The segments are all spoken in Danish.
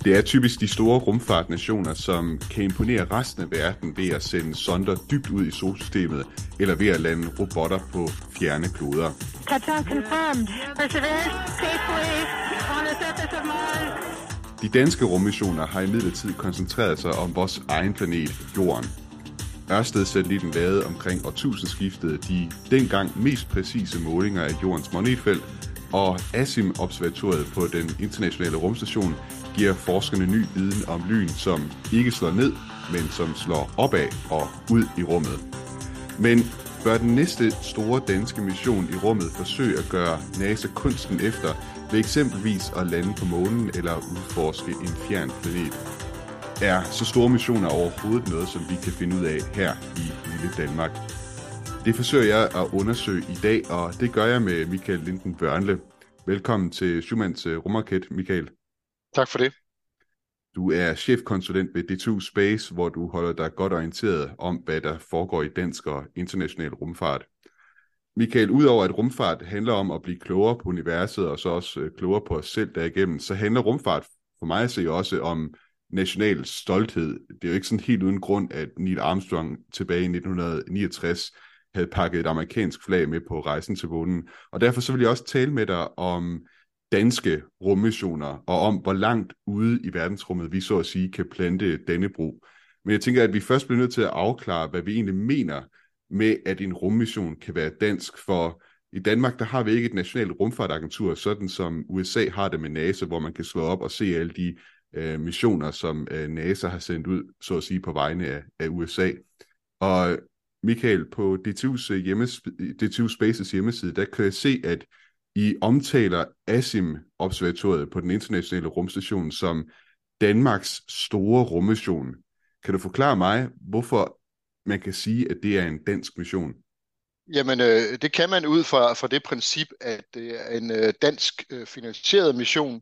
Det er typisk de store rumfartnationer, som kan imponere resten af verden ved at sende sonder dybt ud i solsystemet, eller ved at lande robotter på fjerne kloder. Touchdown confirmed. Perseverance safely on the surface of Mars. De danske rummissioner har imidlertid koncentreret sig om vores egen planet, Jorden. Ørsted-satellitten lavede omkring årtusindskiftet de dengang mest præcise målinger af Jordens magnetfelt, og ASIM-observatoriet på den internationale rumstation giver forskerne ny viden om lyn, som ikke slår ned, men som slår opad og ud i rummet. Men bør den næste store danske mission i rummet forsøge at gøre NASA kunsten efter ved eksempelvis at lande på månen eller udforske en fjern planet? Er så store missioner overhovedet noget, som vi kan finde ud af her i lille Danmark? Det forsøger jeg at undersøge i dag, og det gør jeg med Michael Linden Børnle. Velkommen til Schumanns rumraket, Michael. Tak for det. Du er chefkonsulent ved DTU Space, hvor du holder dig godt orienteret om, hvad der foregår i dansk og international rumfart. Michael, udover at rumfart handler om at blive klogere på universet, og så også klogere på os selv derigennem, så handler rumfart for mig at se også om national stolthed. Det er jo ikke sådan helt uden grund, at Neil Armstrong tilbage i 1969 havde pakket et amerikansk flag med på rejsen til månen. Og derfor så vil jeg også tale med dig om danske rummissioner, og om hvor langt ude i verdensrummet vi så at sige kan plante Dannebrog. Men jeg tænker, at vi først bliver nødt til at afklare, hvad vi egentlig mener med, at en rummission kan være dansk, for i Danmark, der har vi ikke et nationalt rumfartagentur, sådan som USA har det med NASA, hvor man kan slå op og se alle de missioner, som NASA har sendt ud, så at sige, på vegne af USA. Og Michael, på DTU Spaces hjemmeside, der kan jeg se, at I omtaler ASIM-observatoriet på den internationale rumstation som Danmarks store rummission. Kan du forklare mig, hvorfor man kan sige, at det er en dansk mission? Jamen, det kan man ud fra det princip, at det er en dansk finansieret mission.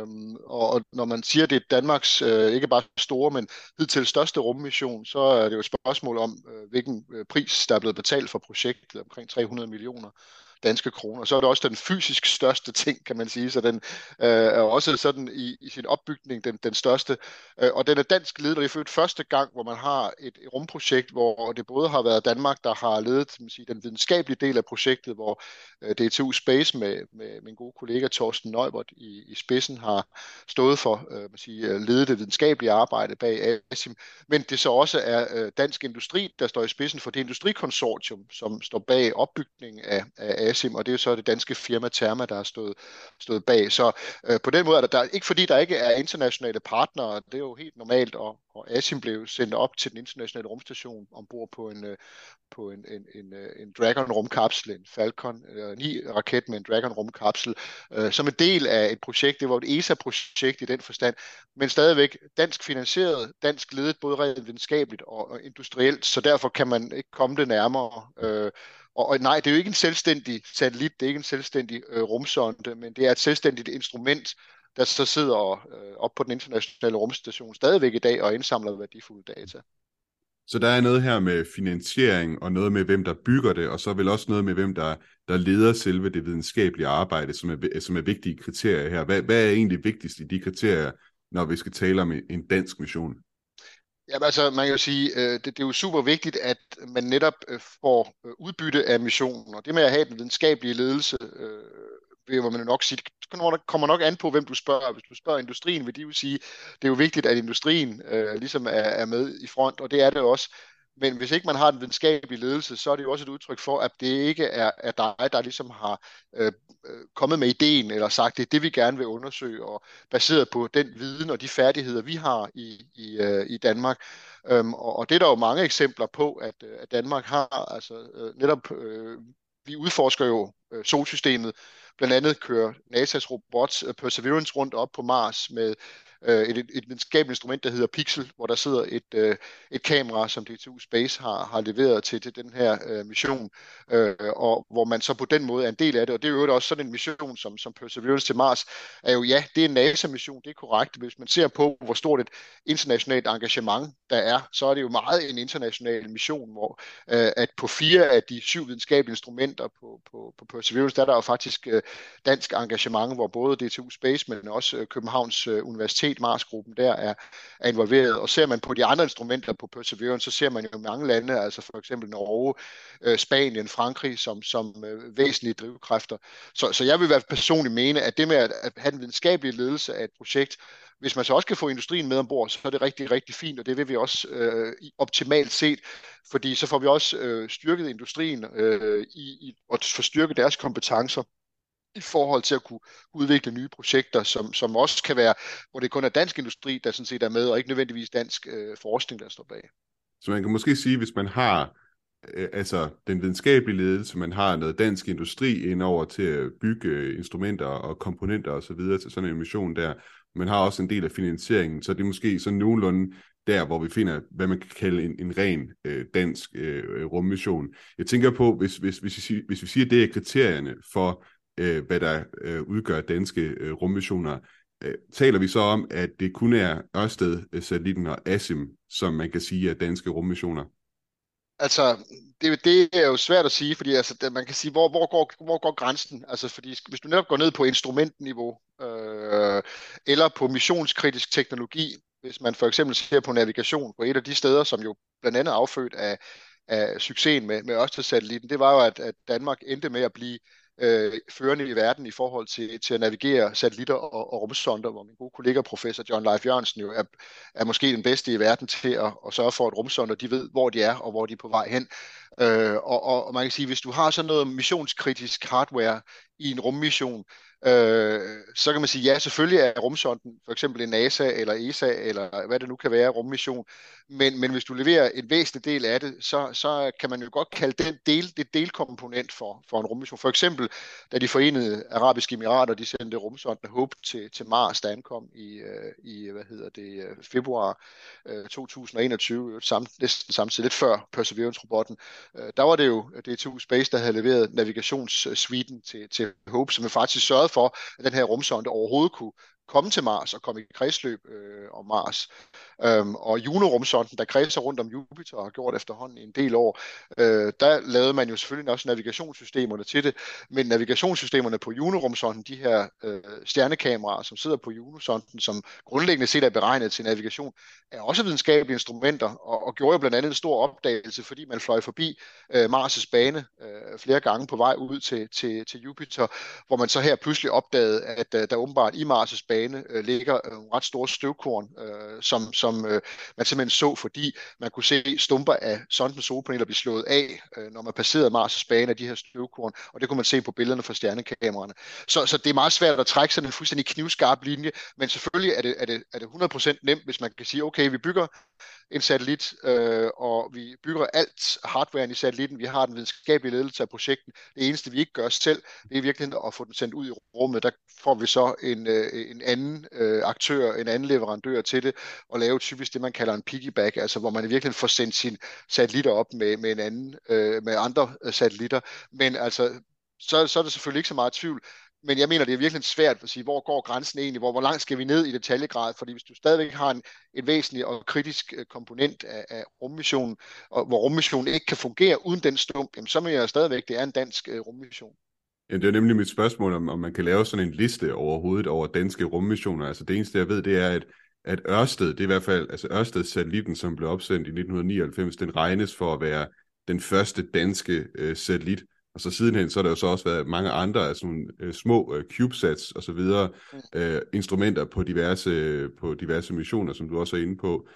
Og når man siger, at det er Danmarks ikke bare store, men hidtil største rummission, så er det jo et spørgsmål om, hvilken pris, der er blevet betalt for projektet, omkring 300 millioner danske kroner. Så er det også den fysisk største ting, kan man sige, så den er også sådan i sin opbygning den største. Og den er dansk ledet, og det er første gang, hvor man har et rumprojekt, hvor det både har været Danmark, der har ledet den videnskabelige del af projektet, hvor DTU Space med min gode kollega Torsten Neubert i spidsen har stået for ledet det videnskabelige arbejde bag ASIM, men det så også er dansk industri, der står i spidsen for det industrikonsortium, som står bag opbygningen af ASIM, og det er jo så det danske firma Therma, der har stået bag. Så på den måde er der ikke, fordi der ikke er internationale partnere, det er jo helt normalt, og ASIM blev sendt op til den internationale rumstation ombord på en Dragon rumkapsel, en Falcon 9 raket med en Dragon rumkapsel, som en del af et projekt. Det var et ESA-projekt i den forstand, men stadigvæk dansk finansieret, dansk ledet, både rent videnskabeligt og industrielt, så derfor kan man ikke komme det nærmere. Og nej, det er jo ikke en selvstændig satellit, det er ikke en selvstændig rumsonde, men det er et selvstændigt instrument, der så sidder op på den internationale rumstation stadigvæk i dag og indsamler værdifulde data. Så der er noget her med finansiering, og noget med, hvem der bygger det, og så vel også noget med, hvem der leder selve det videnskabelige arbejde, som er vigtige kriterier her. Hvad er egentlig vigtigst i de kriterier, når vi skal tale om en dansk mission? Jamen altså, man kan jo sige, det er jo super vigtigt, at man netop får udbytte af missionen, og det med at have den videnskabelige ledelse, vil man nok sige, det kommer nok an på, hvem du spørger. Hvis du spørger industrien, vil de jo sige, det er jo vigtigt, at industrien ligesom er med i front, og det er det også. Men hvis ikke man har den videnskabelige ledelse, så er det jo også et udtryk for, at det ikke er dig, der ligesom har kommet med ideen, eller sagt, det er det, vi gerne vil undersøge, og baseret på den viden og de færdigheder, vi har i Danmark. Og det er der jo mange eksempler på, at Danmark har. Altså netop, vi udforsker jo solsystemet. Blandt andet kører NASA's robot Perseverance rundt op på Mars med et videnskabeligt instrument, der hedder Pixel, hvor der sidder et kamera, som DTU Space har leveret til den her mission, og hvor man så på den måde er en del af det. Og det er jo også sådan en mission som Perseverance til Mars, er jo, ja, det er en NASA-mission, det er korrekt. Hvis man ser på, hvor stort et internationalt engagement der er, så er det jo meget en international mission, hvor at på 4 af de 7 videnskabelige instrumenter på Perseverance, der er der jo faktisk dansk engagement, hvor både DTU Space, men også Københavns Universitet kapacitet, Mars-gruppen der er involveret. Og ser man på de andre instrumenter på Perseverance, så ser man jo mange lande, altså for eksempel Norge, Spanien, Frankrig, som væsentlige drivkræfter. Så jeg vil i hvert fald personligt mene, at det med at have den videnskabelige ledelse af et projekt, hvis man så også kan få industrien med ombord, så er det rigtig, rigtig fint, og det vil vi også optimalt set, fordi så får vi også styrket industrien og få styrket deres kompetencer i forhold til at kunne udvikle nye projekter, som også kan være, hvor det kun er dansk industri, der sådan set er med, og ikke nødvendigvis dansk forskning, der står bag. Så man kan måske sige, hvis man har altså den videnskabelige ledelse, man har noget dansk industri indover til at bygge instrumenter og komponenter og så videre til sådan en mission der, man har også en del af finansieringen, så det er måske sådan nogenlunde der, hvor vi finder, hvad man kan kalde en ren dansk rummission. Jeg tænker på, hvis vi siger, det er kriterierne for, hvad der udgør danske rummissioner, taler vi så om, at det kun er Ørsted-satellitten og ASIM, som man kan sige er danske rummissioner? Altså, det er jo svært at sige, fordi altså, man kan sige, hvor går grænsen? Altså, fordi hvis du netop går ned på instrumentniveau, eller på missionskritisk teknologi, hvis man for eksempel ser på navigation på et af de steder, som jo blandt andet er affødt af succesen med Ørsted-satellitten, det var jo, at Danmark endte med at blive førende i verden i forhold til at navigere satellitter og rumsonder, hvor min gode kollega professor John Leif Jørgensen jo er måske den bedste i verden til at sørge for, at rumsonder de ved, hvor de er og hvor de er på vej hen. Og man kan sige, hvis du har sådan noget missionskritisk hardware i en rummission, så kan man sige, ja, selvfølgelig er rumsonden for eksempel en NASA eller ESA eller hvad det nu kan være, rummission, men hvis du leverer en væsentlig del af det, så kan man jo godt kalde det delkomponent for en rummission. For eksempel, da de Forenede Arabiske Emirater, de sendte rumsonden Hope til Mars, der ankom i februar 2021, næsten samtidig lidt før Perseverance-robotten, der var det jo DTU Space, der havde leveret navigationssuiten til Hope, som faktisk sørgede for, at den her rumsonde overhovedet kunne komme til Mars og komme i kredsløb om Mars. Og Juno-rumsonden, der kredser rundt om Jupiter og har gjort efterhånden en del år, der lavede man jo selvfølgelig også navigationssystemerne til det, men navigationssystemerne på Juno-rumsonden, de her stjernekameraer, som sidder på Juno-sonden, som grundlæggende set er beregnet til navigation, er også videnskabelige instrumenter, og gjorde jo blandt andet en stor opdagelse, fordi man fløj forbi Mars' bane flere gange på vej ud til Jupiter, hvor man så her pludselig opdagede, at der åbenbart i Mars' bane ligger ret store støvkorn, som man simpelthen så, fordi man kunne se stumper af sondens solpaneler blive slået af, når man passerede Mars' bane af de her støvkorn, og det kunne man se på billederne fra stjernekameraerne. Så det er meget svært at trække sådan en fuldstændig knivskarp linje, men selvfølgelig er det 100% nemt, hvis man kan sige, okay, vi bygger en satellit, og vi bygger alt hardwaren i satellitten, vi har den videnskabelige ledelse af projekten. Det eneste, vi ikke gør selv, det er virkelig at få den sendt ud i rummet. Der får vi så en anden aktør, en anden leverandør til det, og lave typisk det, man kalder en piggyback, altså hvor man i virkeligheden får sendt sine satellitter op med andre satellitter. Men altså, så er der selvfølgelig ikke så meget tvivl. Men jeg mener, det er virkelig svært at sige, hvor går grænsen egentlig, hvor langt skal vi ned i detaljegrad, fordi hvis du stadigvæk har en væsentlig og kritisk komponent af rummissionen, og hvor rummissionen ikke kan fungere uden den stump, jamen, så mener jeg stadigvæk, det er en dansk rummission. Ja, det er nemlig mit spørgsmål, om man kan lave sådan en liste overhovedet over danske rummissioner. Altså det eneste, jeg ved, det er, at Ørsted, det er i hvert fald, altså Ørsted-satellitten, som blev opsendt i 1999, den regnes for at være den første danske satellit. Og så sidenhen, så har der jo så også været mange andre af sådan små CubeSats og så videre, instrumenter på diverse missioner, som du også er inde på.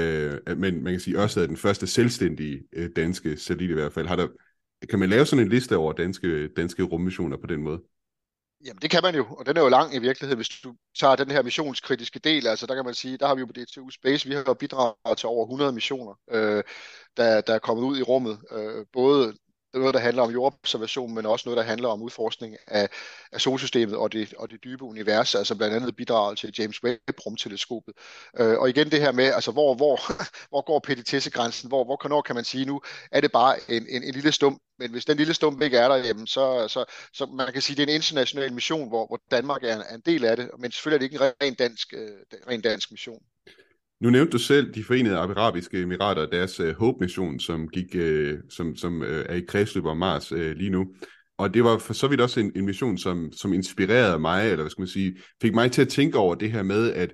Men man kan sige, at Ørsted er den første selvstændige danske satellit i hvert fald. Kan man lave sådan en liste over danske rummissioner på den måde? Jamen det kan man jo, og den er jo lang i virkeligheden, hvis du tager den her missionskritiske del, altså der kan man sige, der har vi jo på DTU Space, vi har jo bidraget til over 100 missioner, der er kommet ud i rummet, både noget, der handler om jordobservation, men også noget, der handler om udforskning af solsystemet og det dybe univers, altså blandt andet bidrag til James Webb-rumteleskopet. Og igen det her med, altså hvor går petitessegrænsen, hvornår kan man sige, nu er det bare en lille stump, men hvis den lille stump ikke er der, jamen, så man kan sige, det er en international mission, hvor Danmark er en del af det, men selvfølgelig er det ikke en ren dansk mission. Nu nævnte du selv de Forenede Arabiske Emirater, deres Hope-mission, som er i kredsløb om Mars lige nu. Og det var for så vidt også en mission, som inspirerede mig, eller hvad skal man sige, fik mig til at tænke over det her med, at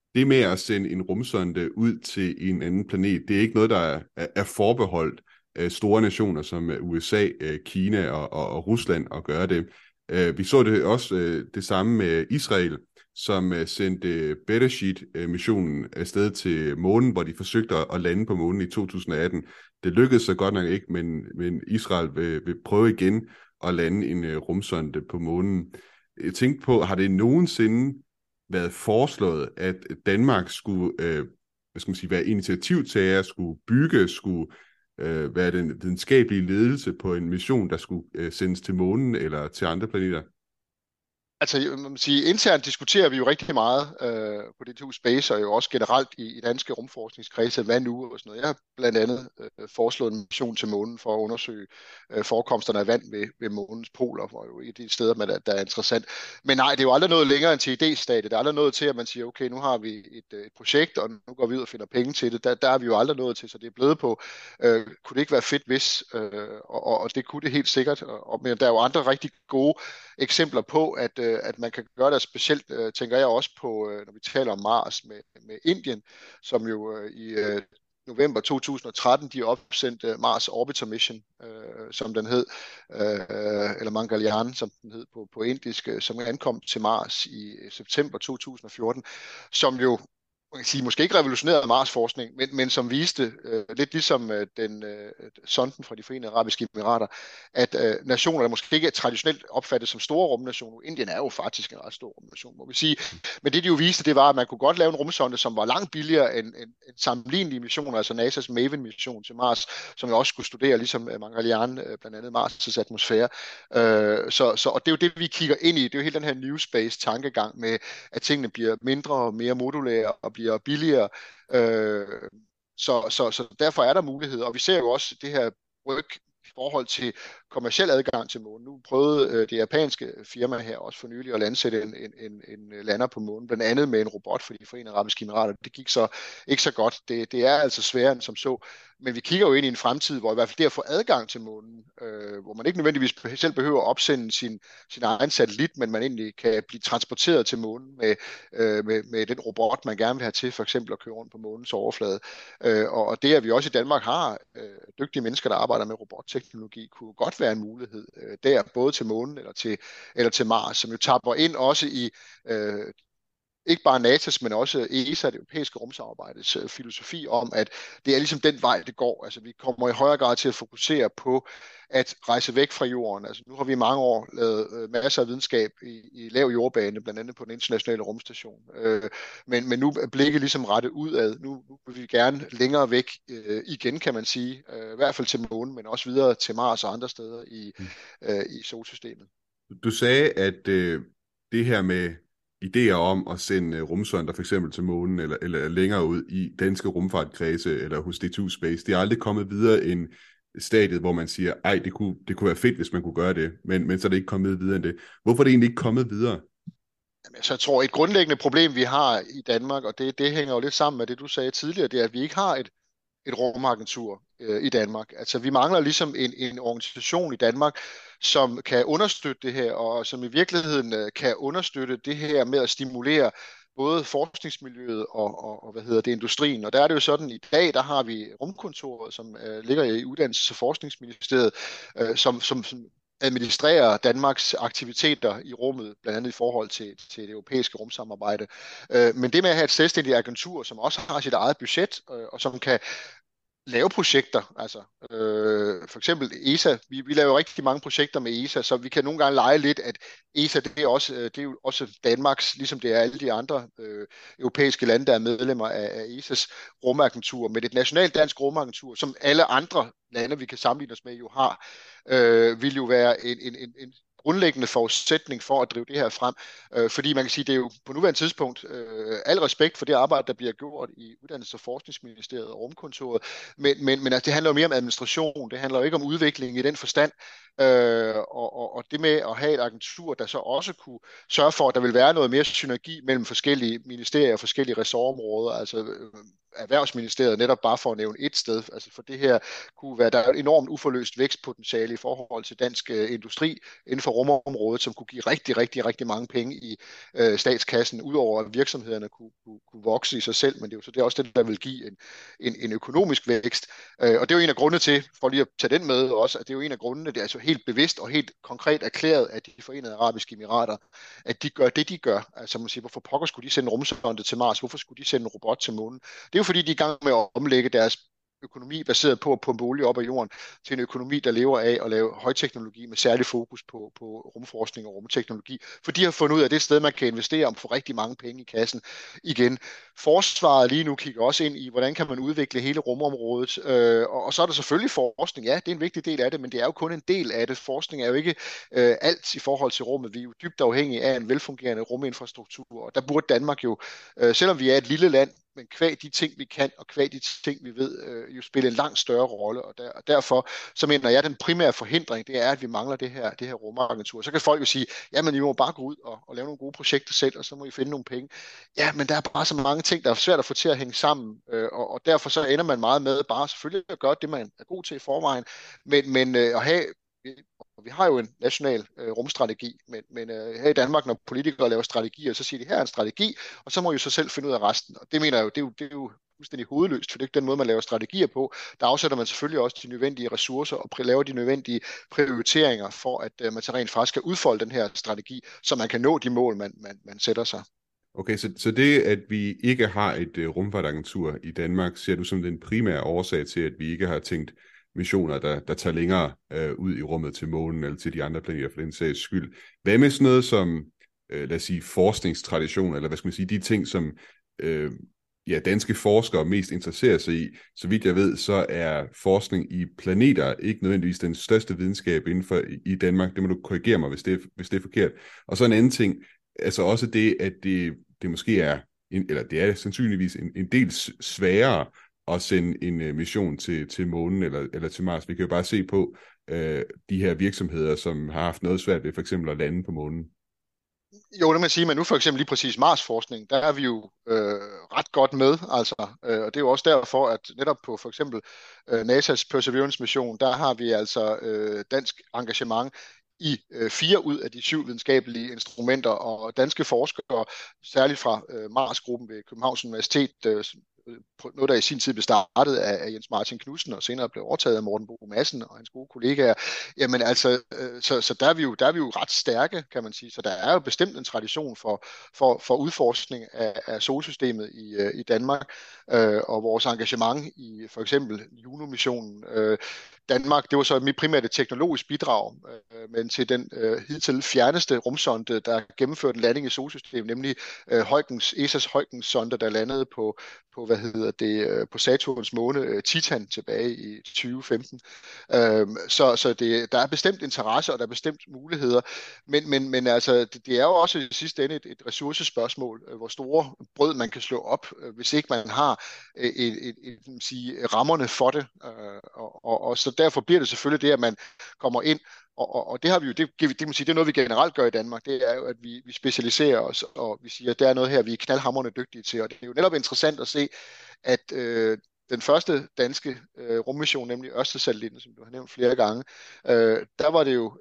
det med at sende en rumsonde ud til en anden planet, det er ikke noget, der er forbeholdt store nationer som USA, Kina og Rusland at gøre det. Vi så det også det samme med Israel, som sendte Bereshit-missionen afsted til månen, hvor de forsøgte at lande på månen i 2018. Det lykkedes så godt nok ikke, men Israel vil prøve igen at lande en rumsonde på månen. Jeg tænkte på, har det nogensinde været foreslået, at Danmark skulle hvad skal man sige, være initiativtager, skulle være den videnskabelige ledelse på en mission, der skulle sendes til månen eller til andre planeter? Altså, man må sige, internt diskuterer vi jo rigtig meget på DTU Space, og jo også generelt i danske rumforskningskredse, hvad nu og sådan noget. Jeg har blandt andet foreslået en mission til månen for at undersøge forekomsterne af vand ved månens poler, hvor jo et af de steder, der er interessant. Men nej, det er jo aldrig noget længere end til idéstadiet. Det er aldrig noget til, at man siger, okay, nu har vi et projekt, og nu går vi ud og finder penge til det. Der er vi jo aldrig nået til, så det er blevet på. Kunne det ikke være fedt, hvis? Og det kunne det helt sikkert. Men der er jo andre rigtig gode eksempler på, at man kan gøre det specielt, tænker jeg også på, når vi taler om Mars med Indien, som jo i november 2013, de opsendte Mars Orbiter Mission, som den hed, eller Mangalyaan, som den hed på indisk, som ankom til Mars i september 2014, som jo man kan sige, måske ikke revolutionerede Mars-forskning, men som viste, lidt ligesom sonden fra de Forenede Arabiske Emirater, at nationer, der måske ikke er traditionelt opfattet som store rumnationer, Indien er jo faktisk en ret stor rumnation, må vi sige. Men det de jo viste, det var, at man kunne godt lave en rumsonde, som var langt billigere end sammenlignelige missioner, altså NASA's Maven-mission til Mars, som jo også skulle studere, ligesom Mangalyaan, blandt andet Mars' atmosfære. Og det er jo det, vi kigger ind i. Det er jo hele den her New Space-tankegang med, at tingene bliver mindre og mere modulære og bliver billigere. Så derfor er der muligheder. Og vi ser jo også det her ryk i forhold til kommerciel adgang til månen. Nu prøvede det japanske firma her også for nylig at landsætte en lander på månen, blandt andet med en robot for de Forenede Arabiske Emirater. Det gik så ikke så godt. Det er altså sværere end som så. Men vi kigger jo ind i en fremtid, hvor i hvert fald det at få adgang til månen, hvor man ikke nødvendigvis selv behøver at opsende sin egen satellit, men man egentlig kan blive transporteret til månen med den robot, man gerne vil have til, for eksempel at køre rundt på månens overflade. Og det, at vi også i Danmark har dygtige mennesker, der arbejder med robotteknologi, kunne godt være en mulighed der, både til månen eller til Mars, som jo tapper ind også i ikke bare NATO's, men også ESA, det europæiske rumsamarbejdets filosofi om, at det er ligesom den vej, det går. Altså vi kommer i højere grad til at fokusere på at rejse væk fra jorden. Altså nu har vi i mange år lavet masser af videnskab i lav jordbane, blandt andet på den internationale rumstation. Men nu er blikket ligesom rettet udad. Nu vil vi gerne længere væk igen, kan man sige. I hvert fald til månen, men også videre til Mars og andre steder i solsystemet. Du sagde, at det her med idéer om at sende rumsonder for eksempel til månen eller længere ud i danske rumfartkredse eller hos DTU Space, det er aldrig kommet videre end stadiet, hvor man siger, ej, det kunne være fedt, hvis man kunne gøre det, men så er det ikke kommet videre end det. Hvorfor er det egentlig ikke kommet videre? Jamen, så jeg tror, et grundlæggende problem, vi har i Danmark, og det hænger jo lidt sammen med det, du sagde tidligere, det er, at vi ikke har et rumagentur i Danmark. Altså vi mangler ligesom en organisation i Danmark, som kan understøtte det her, og som i virkeligheden kan understøtte det her med at stimulere både forskningsmiljøet og industrien. Og der er det jo sådan, i dag, der har vi Rumkontoret, som ligger i Uddannelses- og Forskningsministeriet, som administrerer Danmarks aktiviteter i rummet, blandt andet i forhold til det europæiske rumsamarbejde. Men det med at have et selvstændigt agentur, som også har sit eget budget, og som kan lave projekter, altså for eksempel ESA, vi laver rigtig mange projekter med ESA, så vi kan nogle gange lege lidt, at ESA det er jo også Danmarks, ligesom det er alle de andre europæiske lande, der er medlemmer af ESAs rumagentur, med et nationalt dansk rumagentur, som alle andre lande, vi kan sammenligne os med, jo har, vil jo være en grundlæggende forudsætning for at drive det her frem. Fordi man kan sige, det er jo på nuværende tidspunkt al respekt for det arbejde, der bliver gjort i Uddannelses- og Forskningsministeriet og Rumkontoret, men altså, det handler jo mere om administration, det handler jo ikke om udvikling i den forstand, og det med at have et agentur, der så også kunne sørge for, at der vil være noget mere synergi mellem forskellige ministerier og forskellige ressortområder, altså Erhvervsministeriet, netop bare for at nævne et sted. Altså for det her kunne være, der er et enormt uforløst vækstpotentiale i forhold til dansk industri inden for rumområdet, som kunne give rigtig, rigtig, rigtig mange penge i statskassen, udover at virksomhederne kunne vokse i sig selv, men det er jo så det er også det, der vil give en økonomisk vækst. Og det er jo en af grundene til, for lige at tage den med også, at det er jo en af grundene, det er altså helt bevidst og helt konkret erklæret af de Forenede Arabiske Emirater, at de gør det, de gør. Altså man siger, hvorfor pokker skulle de sende en rumsonde til Mars? Hvorfor skulle de sende en robot til månen? Det er jo fordi, de er i gang med at omlægge deres økonomi baseret på at pumpe olie op af jorden til en økonomi, der lever af at lave højteknologi med særlig fokus på rumforskning og rumteknologi. For de har fundet ud af, at det er et sted, man kan investere om for rigtig mange penge i kassen. Igen, forsvaret lige nu kigger også ind i, hvordan kan man udvikle hele rumområdet. Og så er der selvfølgelig forskning. Ja, det er en vigtig del af det, men det er jo kun en del af det. Forskning er jo ikke alt i forhold til rummet. Vi er jo dybt afhængige af en velfungerende ruminfrastruktur, og der burde Danmark jo, selvom vi er et lille land, men kvæg de ting, vi kan, og kvæg de ting, vi ved, jo spille en langt større rolle. Og derfor så mener jeg, at den primære forhindring, det er, at vi mangler det her rumagentur. Så kan folk jo sige, jamen I må bare gå ud og lave nogle gode projekter selv, og så må I finde nogle penge. Ja, men der er bare så mange ting, der er svært at få til at hænge sammen, og derfor så ender man meget med bare selvfølgelig at gøre det, man er god til i forvejen, men at have. Vi har jo en national rumstrategi, men her i Danmark, når politikere laver strategier, så siger de, her er en strategi, og så må I jo så selv finde ud af resten. Og det mener jeg jo, det er jo fuldstændig hovedløst, for det er ikke den måde, man laver strategier på. Der afsætter man selvfølgelig også de nødvendige ressourcer og laver de nødvendige prioriteringer for, at man så rent faktisk kan udfolde den her strategi, så man kan nå de mål, man sætter sig. Okay, så det, at vi ikke har et rumfartagentur i Danmark, ser du som den primære årsag til, at vi ikke har tænkt missioner, der tager længere ud i rummet til månen eller til de andre planeter for den sags skyld. Hvad med sådan noget som, lad os sige, forskningstradition, eller hvad skal man sige, de ting, som danske forskere mest interesserer sig i? Så vidt jeg ved, så er forskning i planeter ikke nødvendigvis den største videnskab inden for i Danmark. Det må du korrigere mig, hvis det er forkert. Og så en anden ting, altså også det, at det måske er, eller det er sandsynligvis en del sværere at sende en mission til månen eller til Mars. Vi kan jo bare se på de her virksomheder, som har haft noget svært ved for eksempel at lande på månen. Jo, det må man sige, men nu for eksempel lige præcis Mars-forskning, der er vi jo ret godt med, altså, og det er jo også derfor, at netop på for eksempel NASA's Perseverance-mission, der har vi altså dansk engagement i 4 ud af de 7 videnskabelige instrumenter, og danske forskere, særligt fra Mars-gruppen ved Københavns Universitet, noget, der i sin tid blev startet af Jens Martin Knudsen, og senere blev overtaget af Morten Bo Madsen og hans gode kollegaer. Jamen altså, så der er vi jo ret stærke, kan man sige. Så der er jo bestemt en tradition for udforskning af solsystemet i Danmark, og vores engagement i for eksempel Juno-missionen. Danmark, det var så mit primære teknologisk bidrag, men til den hidtil fjerneste rumsonde, der gennemførte en landing i solsystemet, nemlig ESA's Huygens-sonde, der landede på på Saturns måne Titan tilbage i 2015. Så der er bestemt interesse, og der er bestemt muligheder, men altså, det er jo også i sidste ende et ressourcespørgsmål, hvor store brød man kan slå op, hvis ikke man har rammerne for det, og så derfor bliver det selvfølgelig det, at man kommer ind, og det har vi jo, det må sige, det er noget, vi generelt gør i Danmark, det er jo, at vi specialiserer os, og vi siger, at der er noget her, vi er knaldhamrende dygtige til, og det er jo netop interessant at se, at den første danske rummission, nemlig Ørsted-satellitten, som du har nævnt flere gange, der var det jo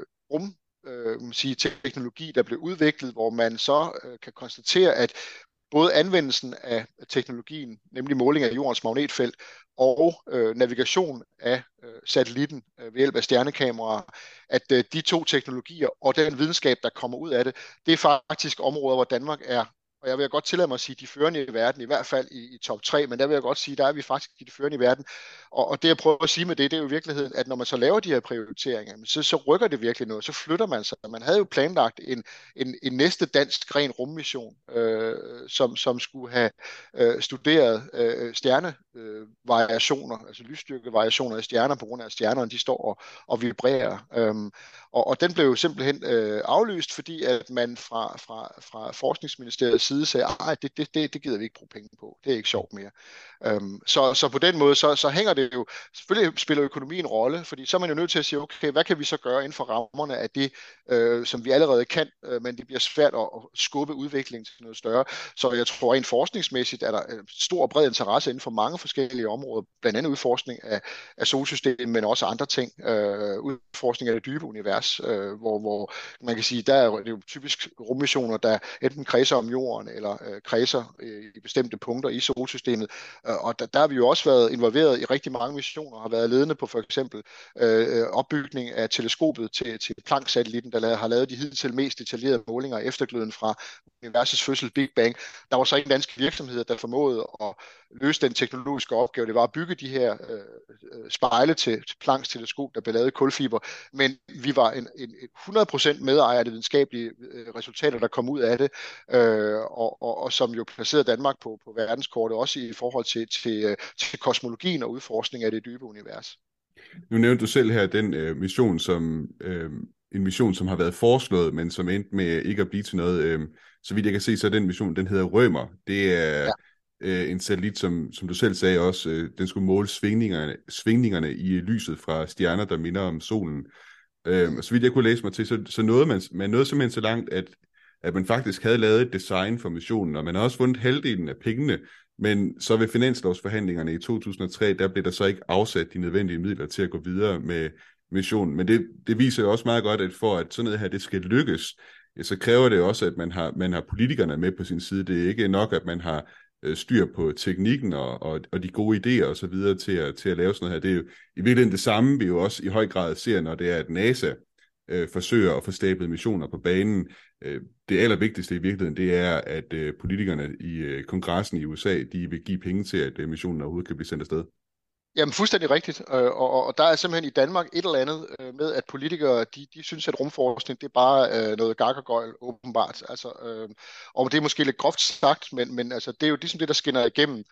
teknologi, der blev udviklet, hvor man så kan konstatere, at både anvendelsen af teknologien, nemlig måling af jordens magnetfelt, og navigation af satellitten ved hjælp af stjernekameraer, at de 2 teknologier og den videnskab, der kommer ud af det, det er faktisk områder, hvor Danmark er, og jeg vil godt tillade mig at sige, de førende i verden, i hvert fald i top 3, men der vil jeg godt sige, der er vi faktisk de førende i verden. Og det jeg prøver at sige med det er jo i virkeligheden, at når man så laver de her prioriteringer, så rykker det virkelig noget, så flytter man sig. Man havde jo planlagt en næste dansk ren rummission, som skulle have studeret variationer, altså lysstyrkevariationer i stjerner, på grund af at stjernerne de står og vibrerer. Og den blev jo simpelthen aflyst, fordi at man fra Forskningsministeriets side sagde, at det gider vi ikke bruge penge på, det er ikke sjovt mere. Så på den måde, så hænger det jo, selvfølgelig spiller økonomi en rolle, fordi så er man jo nødt til at sige, okay, hvad kan vi så gøre inden for rammerne af det, som vi allerede kan, men det bliver svært at skubbe udviklingen til noget større. Så jeg tror rent forskningsmæssigt er der stor og bred interesse inden for mange forskellige områder, blandt andet udforskning af solsystemet, men også andre ting, udforskning af det dybe univers, hvor man kan sige, der er det jo typisk rummissioner, der enten kredser om jorden, eller kredser i bestemte punkter i solsystemet, og der har vi jo også været involveret i rigtig mange missioner, har været ledende på for eksempel opbygning af teleskopet til Planck-satellitten, der har lavet de hidtil mest detaljerede målinger af eftergløden fra universets fødsel, Big Bang. Der var så en dansk virksomhed, der formåede at løse den teknologiske opgave. Det var at bygge de her spejle til Plancks teleskop, der blev lavet i kulfiber, men vi var en 100% medejer af de videnskabelige resultater, der kom ud af det, og som jo placerede Danmark på verdenskortet, også i forhold til kosmologien og udforskning af det dybe univers. Nu nævnte du selv her den mission, en mission, som har været foreslået, men som endte med ikke at blive til noget. Så vidt jeg kan se, så den mission, den hedder Rømer. Det er en satellit, som du selv sagde også, den skulle måle svingningerne i lyset fra stjerner, der minder om solen. Så vidt jeg kunne læse mig til, så nåede man nåede simpelthen så langt, at man faktisk havde lavet et design for missionen, og man har også fundet halvdelen af pengene, men så ved finanslovsforhandlingerne i 2003, der blev der så ikke afsat de nødvendige midler til at gå videre med missionen. Men det viser jo også meget godt, at for at sådan noget her, det skal lykkes, så kræver det også, at man har politikerne med på sin side. Det er ikke nok, at man har styr på teknikken og de gode idéer og så videre til at lave sådan noget her. Det er jo i virkeligheden det samme, vi jo også i høj grad ser, når det er, at NASA forsøger at få stablet missioner på banen. Det allervigtigste i virkeligheden, det er, at politikerne i kongressen i USA, de vil give penge til, at missionen overhovedet kan blive sendt afsted. Jamen fuldstændig rigtigt, og der er simpelthen i Danmark et eller andet med, at politikere, de synes, at rumforskning, det er bare noget gak og gøjl, åbenbart. Altså, og det er måske lidt groft sagt, men altså, det er jo ligesom det, der skinner igennem.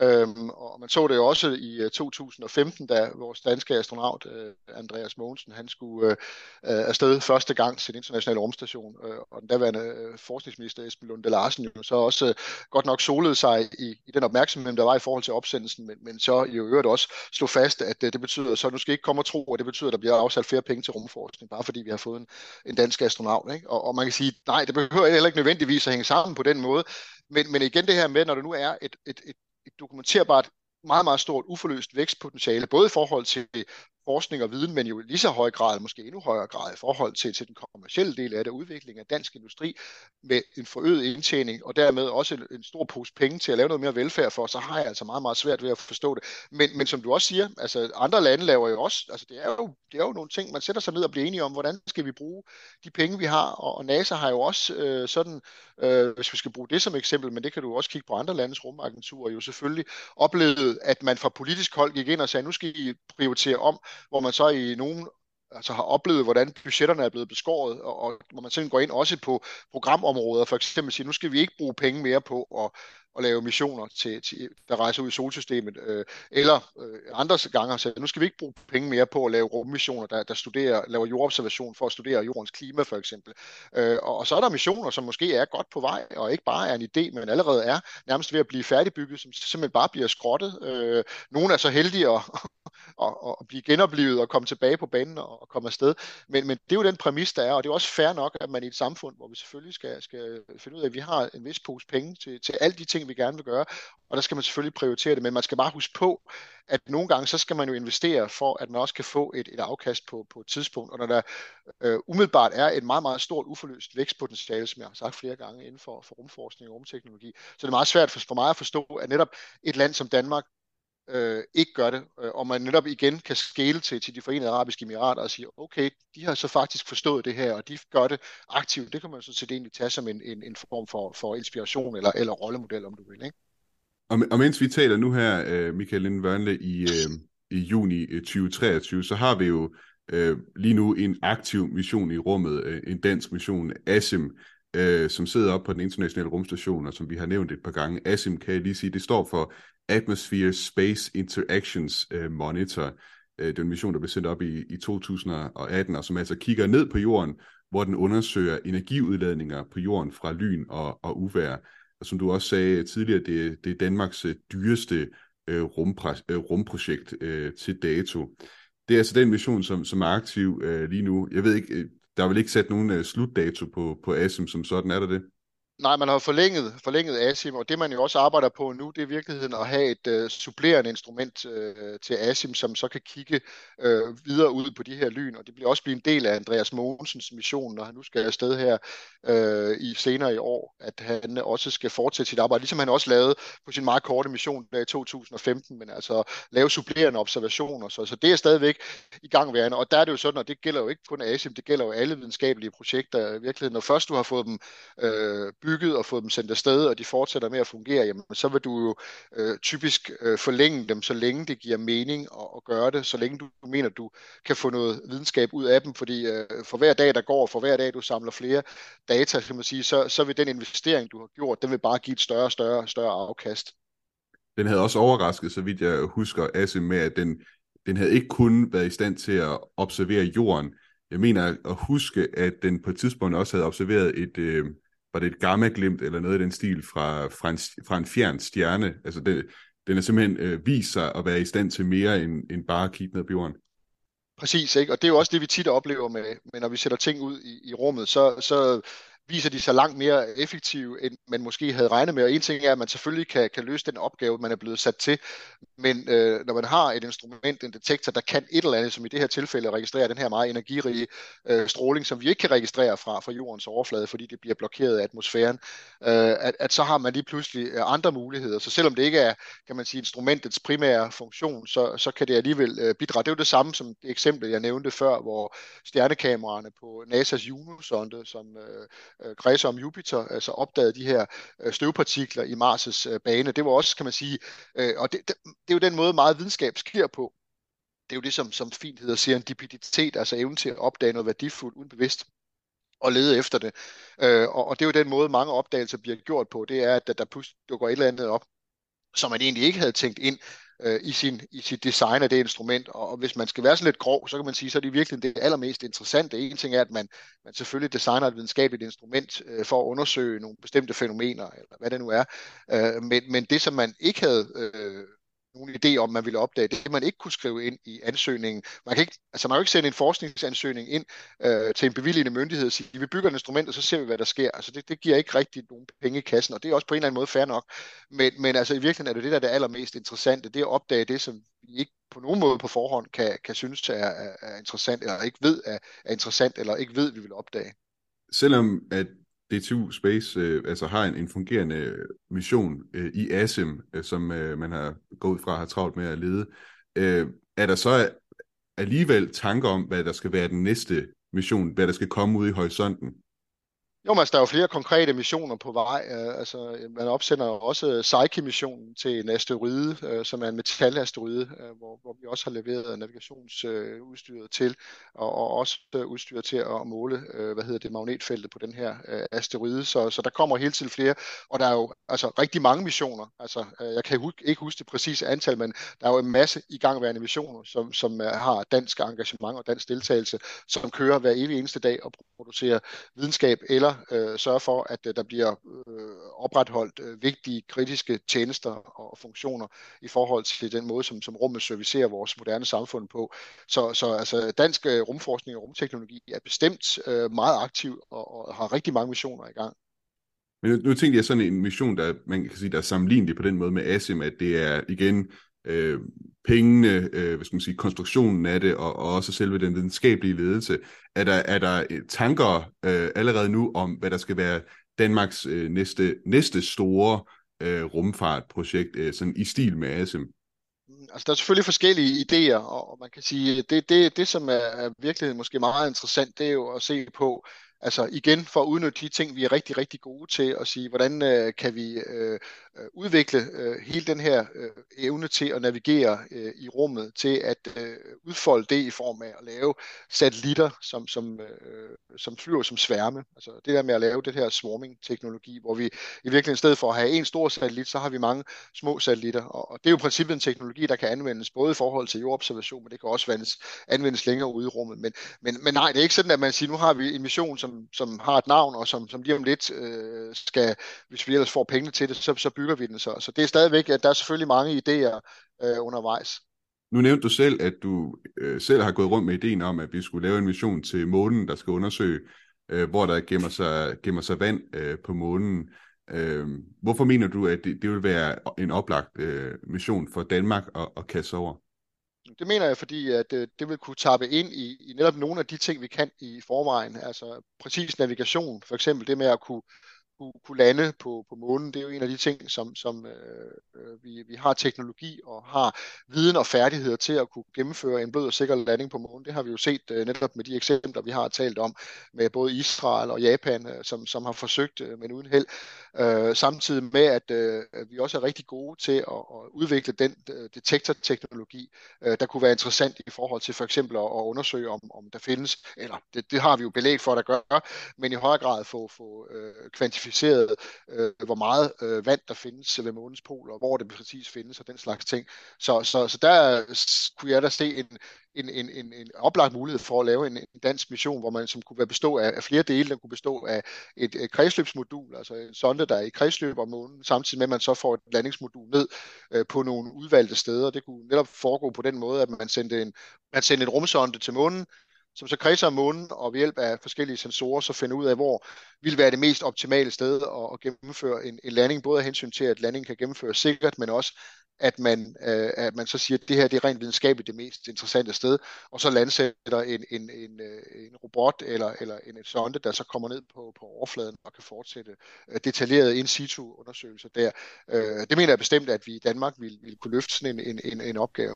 Og man så det jo også i 2015, da vores danske astronaut Andreas Mogensen, han skulle afsted første gang til den internationale rumstation, og den daværende forskningsminister Esben Lunde Larsen jo så også godt nok solede sig i den opmærksomhed, der var i forhold til opsendelsen, men så i øvrigt også slog fast, at det betyder, så nu skal I ikke komme og tro, at det betyder, at der bliver afsat flere penge til rumforskning, bare fordi vi har fået en dansk astronaut. Ikke? Og man kan sige, nej, det behøver heller ikke nødvendigvis at hænge sammen på den måde, men igen det her med, når der nu er et dokumenterbart meget, meget stort uforløst vækstpotentiale, både i forhold til forskning og viden, men jo i lige så høj grad, måske endnu højere grad, i forhold til den kommercielle del af det, udvikling af dansk industri, med en forøget indtjening, og dermed også en stor pose penge til at lave noget mere velfærd for, så har jeg altså meget, meget svært ved at forstå det. Men som du også siger, altså andre lande laver jo også, altså det er jo nogle ting, man sætter sig ned og bliver enige om, hvordan skal vi bruge de penge, vi har, og NASA har jo også hvis vi skal bruge det som eksempel, men det kan du også kigge på andre landes rumagenturer, jo selvfølgelig oplevet, at man fra politisk hold gik ind og sagde, nu skal I prioritere om, hvor man så i nogen har oplevet, hvordan budgetterne er blevet beskåret, og hvor man simpelthen går ind også på programområder, for eksempel siger, nu skal vi ikke bruge penge mere på at lave missioner, der rejser ud i solsystemet, eller andre gange så nu skal vi ikke bruge penge mere på at lave rummissioner, der laver jordobservation for at studere jordens klima, for eksempel. Og så er der missioner, som måske er godt på vej, og ikke bare er en idé, men allerede er nærmest ved at blive færdigbygget, som simpelthen bare bliver skrottet. Nogle er så heldige at blive genoplevet og komme tilbage på banen og komme afsted. Men det er jo den præmis, der er, og det er også fair nok, at man i et samfund, hvor vi selvfølgelig skal finde ud af, at vi har en vis pose penge til alle de ting, vi gerne vil gøre, og der skal man selvfølgelig prioritere det, men man skal bare huske på, at nogle gange, så skal man jo investere for, at man også kan få et afkast på et tidspunkt, og når der umiddelbart er et meget, meget stort uforløst vækstpotentiale, som jeg har sagt flere gange inden for rumforskning og rumteknologi, så det er meget svært for mig at forstå, at netop et land som Danmark ikke gør det, og man netop igen kan skele til de Forenede Arabiske Emirater og sige, okay, de har så faktisk forstået det her, og de gør det aktivt. Det kan man så set egentlig tage som en form for inspiration eller rollemodel, om du vil, ikke? Og mens vi taler nu her, Michael Linden Wørnle, i juni 2023, så har vi jo lige nu en aktiv mission i rummet, en dansk mission, ASIM, som sidder oppe på den internationale rumstation, og som vi har nævnt et par gange. ASIM, kan jeg lige sige, det står for Atmosphere Space Interactions Monitor. Det er en mission, der blev sendt op i 2018, og som altså kigger ned på jorden, hvor den undersøger energiudladninger på jorden fra lyn og uvejr. Og som du også sagde tidligere, det er Danmarks dyreste rumprojekt til dato. Det er altså den mission, som er aktiv lige nu. Jeg ved ikke, der er vel ikke sat nogen slutdato på ASIM som sådan, er der det? Nej, man har forlænget ASIM, og det man jo også arbejder på nu, det er i virkeligheden at have et supplerende instrument til ASIM, som så kan kigge videre ud på de her lyn, og det bliver også blive en del af Andreas Mogensens mission, når han nu skal afsted her senere i år, at han også skal fortsætte sit arbejde, ligesom han også lavede på sin meget korte mission der i 2015, men altså lave supplerende observationer, så det er stadigvæk i gangværende, og der er det jo sådan, og det gælder jo ikke kun ASIM, det gælder jo alle videnskabelige projekter i virkeligheden. Når først du har fået dem bygget og fået dem sendt afsted, og de fortsætter med at fungere, jamen, så vil du jo typisk forlænge dem, så længe det giver mening at gøre det, så længe du mener, du kan få noget videnskab ud af dem, fordi for hver dag, der går, for hver dag, du samler flere data, kan man sige, så vil den investering, du har gjort, den vil bare give et større afkast. Den havde også overrasket, så vidt jeg husker, ASIM med, at den havde ikke kun været i stand til at observere jorden. Jeg mener at huske, at den på et tidspunkt også havde observeret var det et gamma-glimt eller noget af den stil fra en fjern stjerne. Altså den er simpelthen vist sig at være i stand til mere end bare at kigge ned på jorden. Præcis, ikke? Og det er jo også det, vi tit oplever med når vi sætter ting ud i rummet, så viser de sig langt mere effektive, end man måske havde regnet med. Og en ting er, at man selvfølgelig kan løse den opgave, man er blevet sat til. Men når man har et instrument, en detektor, der kan et eller andet, som i det her tilfælde registrerer den her meget energirige stråling, som vi ikke kan registrere fra jordens overflade, fordi det bliver blokeret af atmosfæren, at så har man lige pludselig andre muligheder. Så selvom det ikke er, kan man sige, instrumentets primære funktion, så kan det alligevel bidrage. Det er jo det samme som det eksempel, jeg nævnte før, hvor stjernekameraerne på NASA's Juno-sonde, som kredser om Jupiter, altså opdagede de her støvpartikler i Mars' bane. Det var også, kan man sige, og det er jo den måde, meget videnskab sker på. Det er jo det, som fint hedder serendipitet, altså evnen til at opdage noget værdifuldt uden bevidst og lede efter det. Og det er jo den måde, mange opdagelser bliver gjort på. Det er, at der pludselig dukker et eller andet op, som man egentlig ikke havde tænkt ind i sit design af det instrument. Og hvis man skal være sådan lidt grov, så kan man sige, så er det virkelig det allermest interessante. En ting er, at man selvfølgelig designer et videnskabeligt instrument for at undersøge nogle bestemte fænomener, eller hvad det nu er. Men det, som man ikke havde nogen idé om, man ville opdage, det man ikke kunne skrive ind i ansøgningen. Man kan jo ikke sende en forskningsansøgning ind til en bevilgende myndighed og sige, vi bygger et instrument, og så ser vi, hvad der sker. Altså det giver ikke rigtig nogen penge i kassen, og det er også på en eller anden måde fair nok. Men altså i virkeligheden er det der er det allermest interessante, det er at opdage det, som vi ikke på nogen måde på forhånd kan synes er interessant, eller ikke ved er interessant, eller ikke ved, vi vil opdage. Selvom at DTU Space altså har en fungerende mission i ASIM, som man har gået fra at have travlt med at lede, er der så alligevel tanker om, hvad der skal være den næste mission, hvad der skal komme ud i horisonten? Jo, men der er jo flere konkrete missioner på vej. Man opsender også Psyche-missionen til en asteroide, som er en metalasteroide, hvor vi også har leveret navigationsudstyret til, og også udstyret til at måle, magnetfeltet på den her asteroide. Så der kommer hele tiden flere, og der er jo altså rigtig mange missioner. Altså, jeg kan ikke huske det præcise antal, men der er jo en masse igangværende missioner, som har dansk engagement og dansk deltagelse, som kører hver evig eneste dag og producerer videnskab eller sørge for, at der bliver opretholdt vigtige kritiske tjenester og funktioner i forhold til den måde, som rummet servicerer vores moderne samfund på. Så altså, dansk rumforskning og rumteknologi er bestemt meget aktiv og har rigtig mange missioner i gang. Men nu tænkte jeg sådan en mission, der man kan sige, der er sammenlignelig på den måde med ASIM, at det er igen pengene, hvad skal man sige, konstruktionen af det, og også selve den videnskabelige ledelse. Er der tanker allerede nu om, hvad der skal være Danmarks næste store rumfartprojekt, sådan i stil med ASIM? Altså, der er selvfølgelig forskellige idéer, og man kan sige, det som er virkelig måske meget interessant, det er jo at se på, Altså igen for at udnytte de ting, vi er rigtig, rigtig gode til, at sige, hvordan kan vi udvikle hele den her evne til at navigere i rummet, til at udfolde det i form af at lave satellitter, som flyver som sværme. Altså det der med at lave det her swarming-teknologi, hvor vi i virkeligheden i stedet for at have en stor satellit, så har vi mange små satellitter. Og det er jo i princippet en teknologi, der kan anvendes både i forhold til jordobservation, men det kan også anvendes længere ude i rummet. Men nej, det er ikke sådan, at man siger, nu har vi en mission, som har et navn, og som lige om lidt skal, hvis vi ellers får pengene til det, så bygger vi den. Så det er stadigvæk, at der er selvfølgelig mange idéer undervejs. Nu nævnte du selv, at du selv har gået rundt med ideen om, at vi skulle lave en mission til månen, der skal undersøge, hvor der gemmer sig vand på månen. Hvorfor mener du, at det vil være en oplagt mission for Danmark at kaste over? Det mener jeg, fordi at det vil kunne tappe ind i netop nogle af de ting, vi kan i forvejen. Altså præcis navigation, for eksempel det med at kunne lande på månen, det er jo en af de ting, som vi har teknologi og har viden og færdigheder til at kunne gennemføre en blød og sikker landing på månen. Det har vi jo set netop med de eksempler, vi har talt om, med både Israel og Japan, som har forsøgt, men uden held. Samtidig med, at vi også er rigtig gode til at udvikle den detektorteknologi, der kunne være interessant i forhold til for eksempel at undersøge, om der findes, eller det har vi jo belæg for, at der gør, men i højere grad få kvantificeret, hvor meget vand der findes ved månens poler, og hvor det præcis findes, og den slags ting. Så der kunne jeg da se en oplagt mulighed for at lave en dansk mission, hvor man som kunne være bestå af flere dele, der kunne bestå af et kredsløbsmodul, altså en sonde, der er i kredsløb om månen, samtidig med, at man så får et landingsmodul ned på nogle udvalgte steder. Det kunne netop foregå på den måde, at man sendte en rumsonde til månen, som så kredser om månen, og ved hjælp af forskellige sensorer, så finder ud af, hvor vil være det mest optimale sted at gennemføre en landing, både af hensyn til, at landingen kan gennemføres sikkert, men også, at man så siger, at det her det er rent videnskabeligt det mest interessante sted, og så landsætter en robot eller en sonde, der så kommer ned på overfladen og kan fortsætte detaljerede in situ undersøgelser der. Det mener jeg bestemt, at vi i Danmark vil kunne løfte sådan en opgave.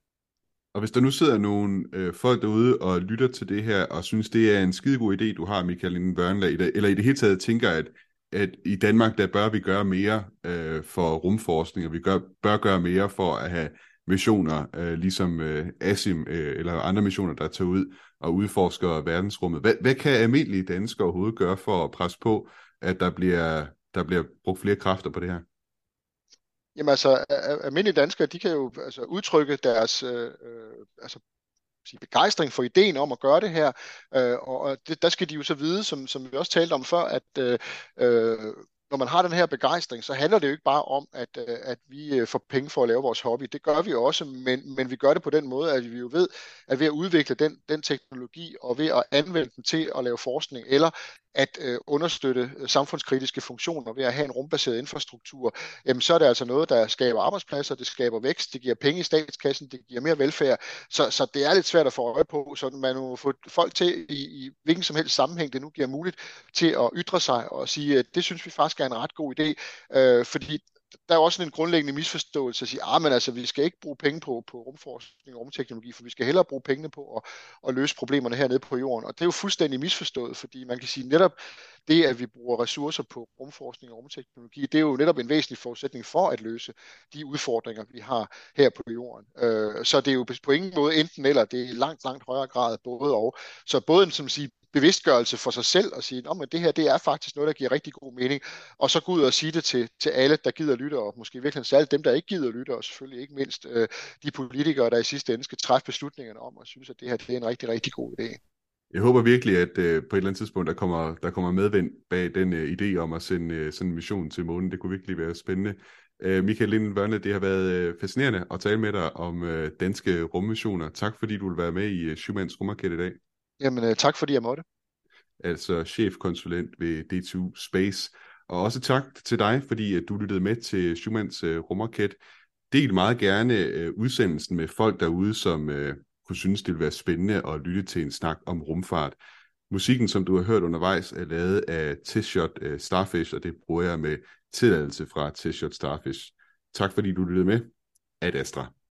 Og hvis der nu sidder nogle folk derude og lytter til det her, og synes, det er en skidegod idé, du har, Michael Linden Børnlag, eller i det hele taget tænker, at i Danmark, der bør vi gøre mere for rumforskning, og vi bør gøre mere for at have missioner, ligesom ASIM eller andre missioner, der tager ud og udforsker verdensrummet. Hvad kan almindelige danskere overhovedet gøre for at presse på, at der bliver brugt flere kræfter på det her? Jamen altså, almindelige danskere, de kan jo udtrykke deres begejstring for ideen om at gøre det her, og der skal de jo så vide, som vi også talte om før, at når man har den her begejstring, så handler det jo ikke bare om, at vi får penge for at lave vores hobby. Det gør vi jo også, men vi gør det på den måde, at vi jo ved, at ved at udvikle den teknologi, og ved at anvende den til at lave forskning, eller at understøtte samfundskritiske funktioner ved at have en rumbaseret infrastruktur, jamen så er det altså noget, der skaber arbejdspladser, det skaber vækst, det giver penge i statskassen, det giver mere velfærd. Så det er lidt svært at få øje på, så man må få folk til i hvilken som helst sammenhæng, det nu giver muligt til at ytre sig og sige, at det synes vi faktisk er en ret god idé, fordi der er også en grundlæggende misforståelse at sige, men altså, vi skal ikke bruge penge på rumforskning og rumteknologi, for vi skal hellere bruge pengene på at løse problemerne hernede på jorden. Og det er jo fuldstændig misforstået, fordi man kan sige netop det, at vi bruger ressourcer på rumforskning og rumteknologi, det er jo netop en væsentlig forudsætning for at løse de udfordringer, vi har her på jorden. Så det er jo på ingen måde enten eller, det er i langt, langt højere grad både og. Så både en, som siger, bevidstgørelse for sig selv og sige, at det her det er faktisk noget, der giver rigtig god mening, og så gå ud og sige det til alle, der gider lytte, og måske virkelig særligt dem, der ikke gider lytte, og selvfølgelig ikke mindst de politikere, der i sidste ende skal træffe beslutningerne om, og synes, at det her det er en rigtig, rigtig god idé. Jeg håber virkelig, at på et eller andet tidspunkt, der kommer medvind bag den idé om at sende sådan en mission til månen. Det kunne virkelig være spændende. Michael Linden Børne, det har været fascinerende at tale med dig om danske rummissioner. Tak fordi du vil være med i Schumanns Rumraket i dag. Jamen tak fordi jeg måtte. Altså chefkonsulent ved DTU Space. Og også tak til dig, fordi at du lyttede med til Schumanns Rumraket. Del meget gerne udsendelsen med folk derude, som kunne synes, det ville være spændende at lytte til en snak om rumfart. Musikken, som du har hørt undervejs, er lavet af Testshot Starfish, og det bruger jeg med tilladelse fra Testshot Starfish. Tak fordi du lyttede med. Ad Astra.